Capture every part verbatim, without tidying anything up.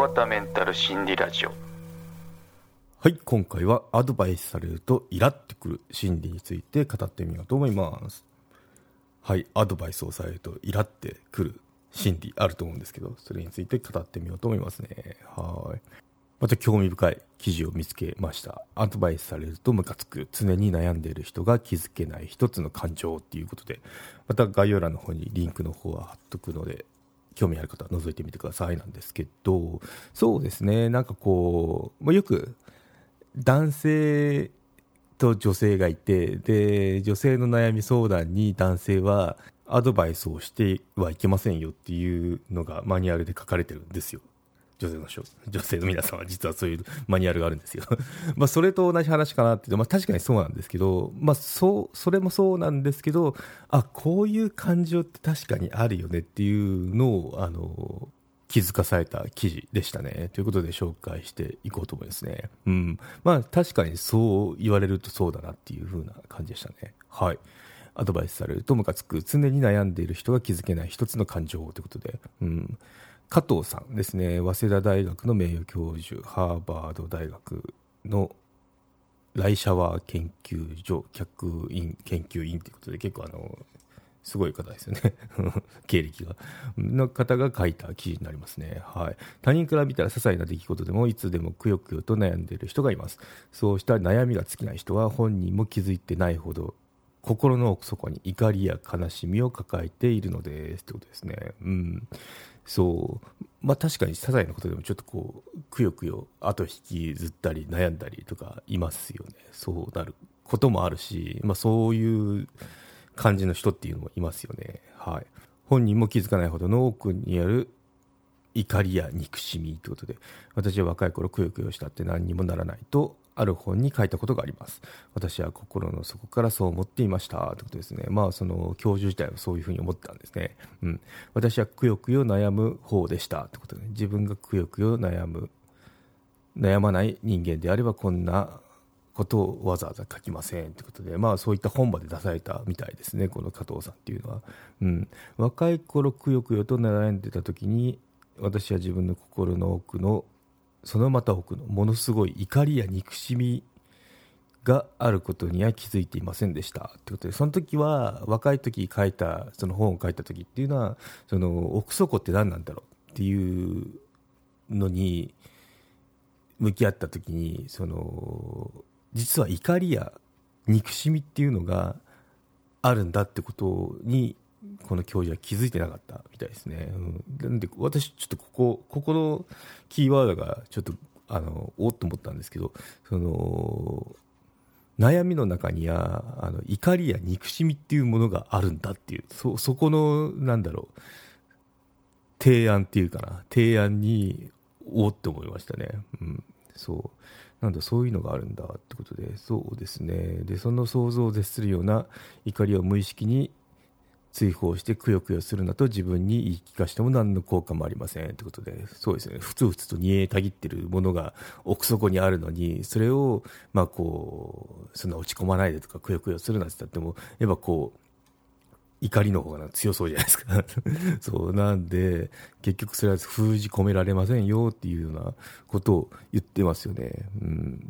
川田メンタル心理ラジオ。 はい、今回はアドバイスされるとイラってくる心理について語ってみようと思います。はい、アドバイスをされるとイラってくる心理あると思うんですけど、それについて語ってみようと思いますね。はい。また興味深い記事を見つけました。アドバイスされるとムカつく、常に悩んでいる人が気づけない一つの感情っていうことで、また概要欄の方にリンクの方は貼っとくので、興味ある方は覗いてみてくださいなんですけど、そうですね、なんかこう、まあ、よく男性と女性がいて、で女性の悩み相談に男性はアドバイスをしてはいけませんよっていうのがマニュアルで書かれてるんですよ。女性の人女性の皆さんは実はそういうマニュアルがあるんですよまあそれと同じ話かなって、まあ、確かにそうなんですけど、まあ、そうそれもそうなんですけど、あ、こういう感情って確かにあるよねっていうのをあの気づかされた記事でしたね。ということで紹介していこうと思いますね。うん。まあ確かにそう言われるとそうだなっていう風な感じでしたね。はい。アドバイスされるとムカつく、常に悩んでいる人が気づけない一つの感情ということで、うん。加藤さんですね。早稲田大学の名誉教授、ハーバード大学のライシャワー研究所客員研究員ということで、結構あのすごい方ですよね経歴がの方が書いた記事になりますね。はい。他人から見たら些細な出来事でもいつでもくよくよと悩んでいる人がいます。そうした悩みが尽きない人は本人も気づいてないほど心の奥底に怒りや悲しみを抱えているのですってことですね。うん。そう。まあ確かに些細なことでもちょっとこうくよくよ後引きずったり悩んだりとかいますよね。そうなることもあるし、まあそういう感じの人っていうのもいますよね。はい。本人も気づかないほどの奥にある怒りや憎しみということで、私は若い頃くよくよしたって何にもならないとある本に書いたことがあります。私は心の底からそう思っていましたということですね。まあその教授自体はそういうふうに思ったんですね。うん。私はくよくよ悩む方でしたということで、自分がくよくよ悩む悩まない人間であればこんなことをわざわざ書きませんということで、まあそういった本まで出されたみたいですね、この加藤さんっていうのは。うん、若い頃くよくよと悩んでた時に、私は自分の心の奥のそのまた奥のものすごい怒りや憎しみがあることには気づいていませんでしたということで、その時は若い時書いたその本を書いた時っていうのは、その奥底って何なんだろうっていうのに向き合った時に、その実は怒りや憎しみっていうのがあるんだってことにこの教授は気づいてなかったみたいですね。うん、なんで私ちょっとここここのキーワードがちょっとあのおっと思ったんですけど、その悩みの中にはあの怒りや憎しみっていうものがあるんだっていう、そそこのなんだろう提案っていうかな、提案におって思いましたね。うん、そうなんだ、そういうのがあるんだってことで、そうですね。でその想像を絶するような怒りを無意識に追放してくよくよするなと自分に言い聞かせても何の効果もありませんってことで、そうですね、ふつふつと煮えたぎってるものが奥底にあるのに、それをまあこうそんな落ち込まないでとかくよくよするなって言っても、やっぱこう怒りの方が強そうじゃないですかそうなんで結局それは封じ込められませんよっていうようなことを言ってますよね。うん、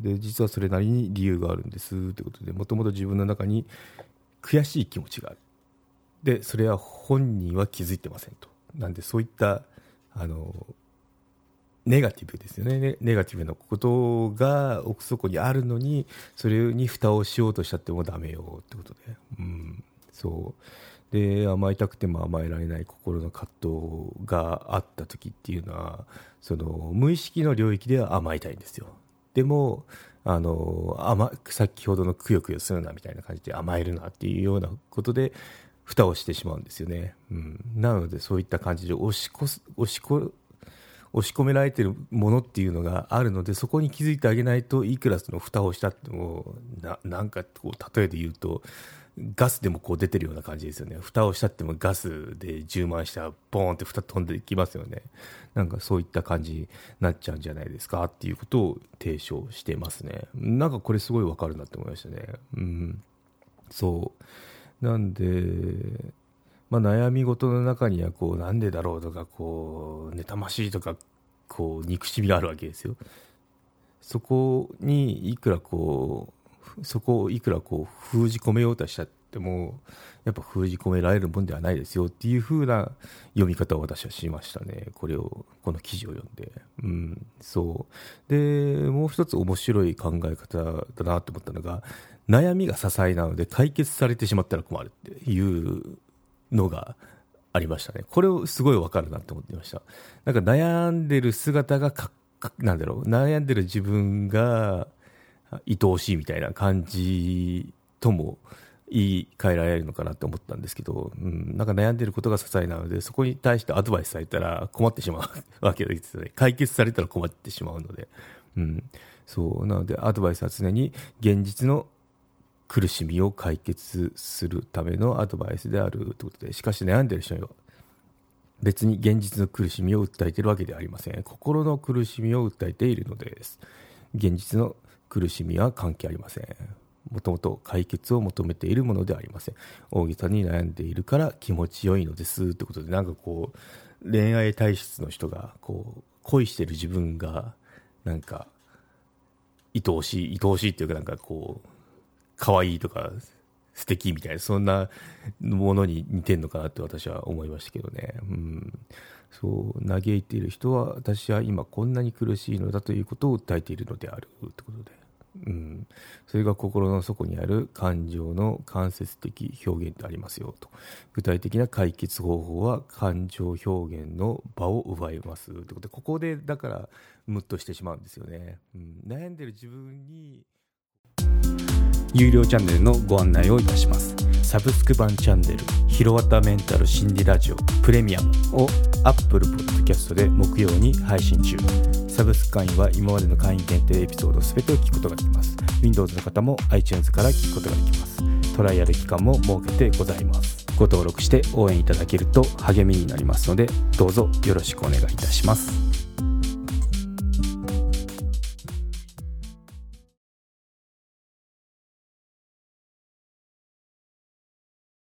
で実はそれなりに理由があるんですってことで、もともと自分の中に悔しい気持ちがある。でそれは本人は気づいてませんと。なんでそういったあのネガティブですよね。ネガティブなことが奥底にあるのに、それに蓋をしようとしちゃってもダメよってことで、うん、そうで甘えたくても甘えられない心の葛藤があった時っていうのは、その無意識の領域では甘えたいんですよ。でもあの甘先ほどのくよくよするなみたいな感じで甘えるなっていうようなことで蓋をしてしまうんですよね。うん、なのでそういった感じで押しこす押しこ押し込められているものっていうのがあるので、そこに気づいてあげないと、いくらその蓋をしたっても な, なんかこう例えで言うとガスでもこう出てるような感じですよね。蓋をしたってもガスで充満したらボーンって蓋飛んでいきますよね。なんかそういった感じになっちゃうんじゃないですかっていうことを提唱してますね。なんかこれすごいわかるなって思いましたね。うん、そうなんで、まあ、悩み事の中にはこうなんでだろうとかこう妬ましいとかここう憎しみがあるわけですよ。そこにいくらこうそこをいくらこう封じ込めようとしたってもやっぱ封じ込められるもんではないですよっていう風な読み方を私はしましたね。これをこの記事を読んで、うん、そうでもう一つ面白い考え方だなと思ったのが、悩みが些細なので解決されてしまったら困るっていうのがありましたね。これをすごい分かるなと思っていました。なんか悩んでる姿がかっなんだろう悩んでる自分が愛おしいみたいな感じとも言い換えられるのかなと思ったんですけど、うん、なんか悩んでることが些細なのでそこに対してアドバイスされたら困ってしまうわけですよね。解決されたら困ってしまうので、うん、そうなのでアドバイスは常に現実の苦しみを解決するためのアドバイスであるということで、しかし悩んでる人には別に現実の苦しみを訴えているわけではありません。心の苦しみを訴えているのです。現実の苦しみは関係ありません。もともと解決を求めているものではありません。大げさに悩んでいるから気持ちよいのですということで、なんかこう恋愛体質の人がこう恋している自分がなんか愛おしい愛おしいっていうかなんかこう可愛いとか素敵みたいなそんなものに似てるのかなって私は思いましたけどね、うん、そう嘆いている人は私は今こんなに苦しいのだということを訴えているのであるということで、うん、それが心の底にある感情の間接的表現でありますよと。具体的な解決方法は感情表現の場を奪いますということで、ここでだからムッとしてしまうんですよね、うん、悩んでる自分に有料チャンネルのご案内をいたします。 サブスク版チャンネルひろわたメンタル心理ラジオプレミアムを Apple Podcast で木曜に配信中。サブスク会員は今までの会員限定エピソードすべてを聞くことができます。 Windows の方も iTunes から聞くことができます。トライアル期間も設けてございます。 ご登録して応援いただけると励みになりますので、どうぞよろしくお願いいたします。